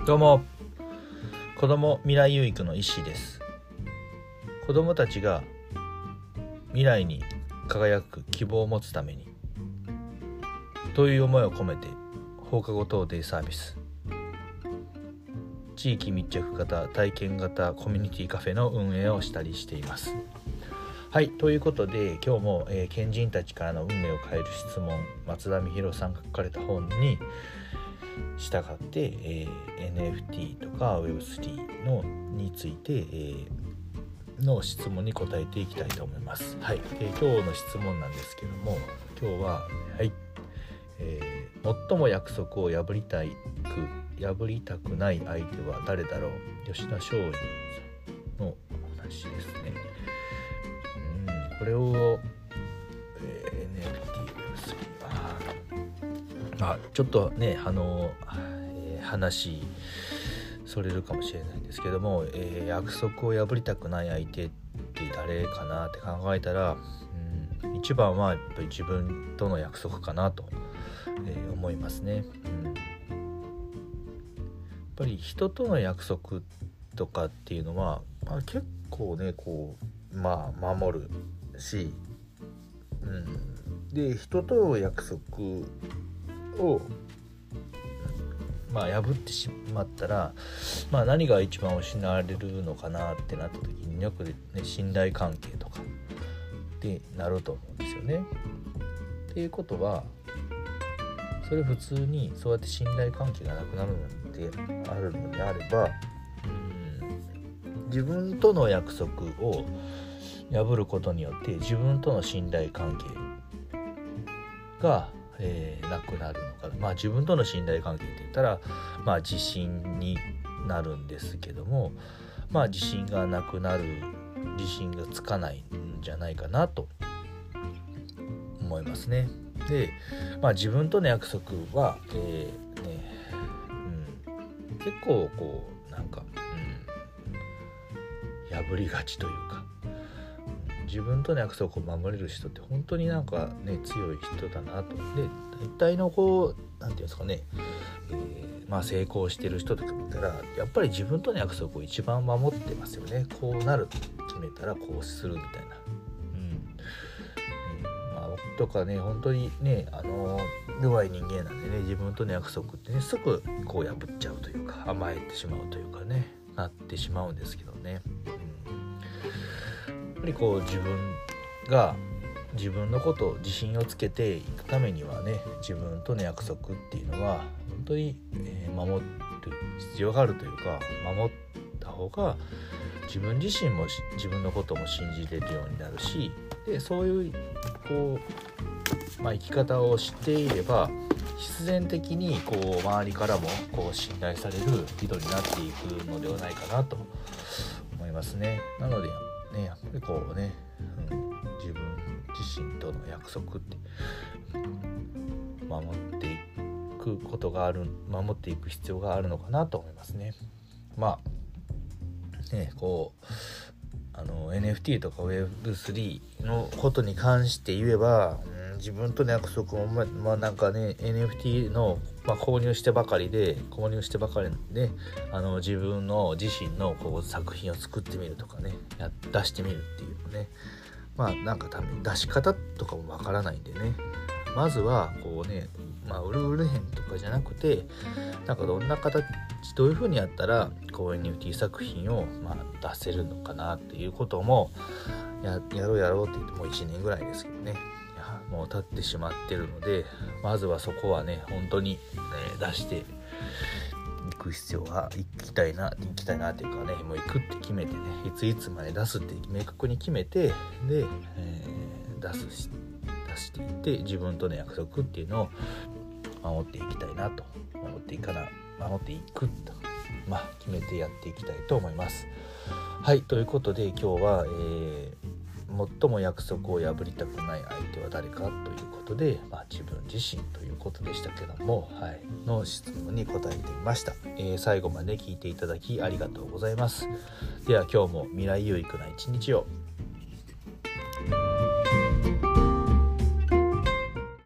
どうも、子ども未来有育の石井です。子どもたちが未来に輝く希望を持つためにという思いを込めて放課後等デイサービス、地域密着型体験型コミュニティカフェの運営をしたりしています。はい、ということで今日も、賢人たちからの運命を変える質問、松田美弘さんが書かれた本に従って、NFT とか Web3 について、の質問に答えていきたいと思います。はい、今日の質問なんですけども、今日は、最も約束を破りたくない相手は誰だろう、吉田松陰さんの話ですね。これを、NFT、Web3 ちょっとね話それるかもしれないんですけども、約束を破りたくない相手って誰かなって考えたら、一番はやっぱり自分との約束かなと、思いますね。やっぱり人との約束とかっていうのは、結構ね守るし、で人との約束を破ってしまったら、何が一番失われるのかなってなった時によくね、信頼関係とかってなると思うんですよね。っていうことは、それ普通にそうやって信頼関係がなくなるのであるのであれば、自分との約束を破ることによって自分との信頼関係がなくなるのかな。自分との信頼関係って言ったら、自信になるんですけども、自信がなくなる、自信がつかないんじゃないかなと思いますね。で、自分との約束は、結構破りがちというか、自分との約束を守れる人って本当に強い人だなと。で、大体のなんていうんですかね、成功してる人とか見たら、やっぱり自分との約束を一番守ってますよね。こうなると決めたらこうするみたいな。僕とかね、本当にね、弱い人間なんでね、自分との約束ってね、すぐ破っちゃうというか、甘えてしまうというかね、なってしまうんですけどね。やっぱり自分が自分のことを自信をつけていくためにはね、自分との約束っていうのは本当に、守る必要があるというか、守った方が自分自身も自分のことも信じれるようになるし、でそういう生き方をしていれば、必然的に周りからも信頼される人になっていくのではないかなと思いますね。なのでね、やっぱり自分自身との約束って守っていく必要があるのかなと思いますね。NFT とか Web3 のことに関して言えば、自分との約束もNFT の、購入してばかりで自分の自身の作品を作ってみるとかね、出してみるっていうのね、多分出し方とかもわからないんでね、まずは売れへんとかじゃなくて、どんな形、どういう風にやったらNFT 作品を出せるのかなっていうこともやろうって言ってもう1年ぐらいですけどね、もう経ってしまってるので、まずはそこはね、本当に、出していく必要が、行きたいなっていうかね、もう行くって決めてね、いつまで出すって明確に決めて、で、出していって、自分との約束っていうのを守っていきたいなと、守っていくと、決めてやっていきたいと思います。はい、ということで今日は、最も約束を破りたくない相手は誰かということで、自分自身ということでしたけども、の質問に答えてみました。最後まで聞いていただきありがとうございます。では今日も未来有益な一日を。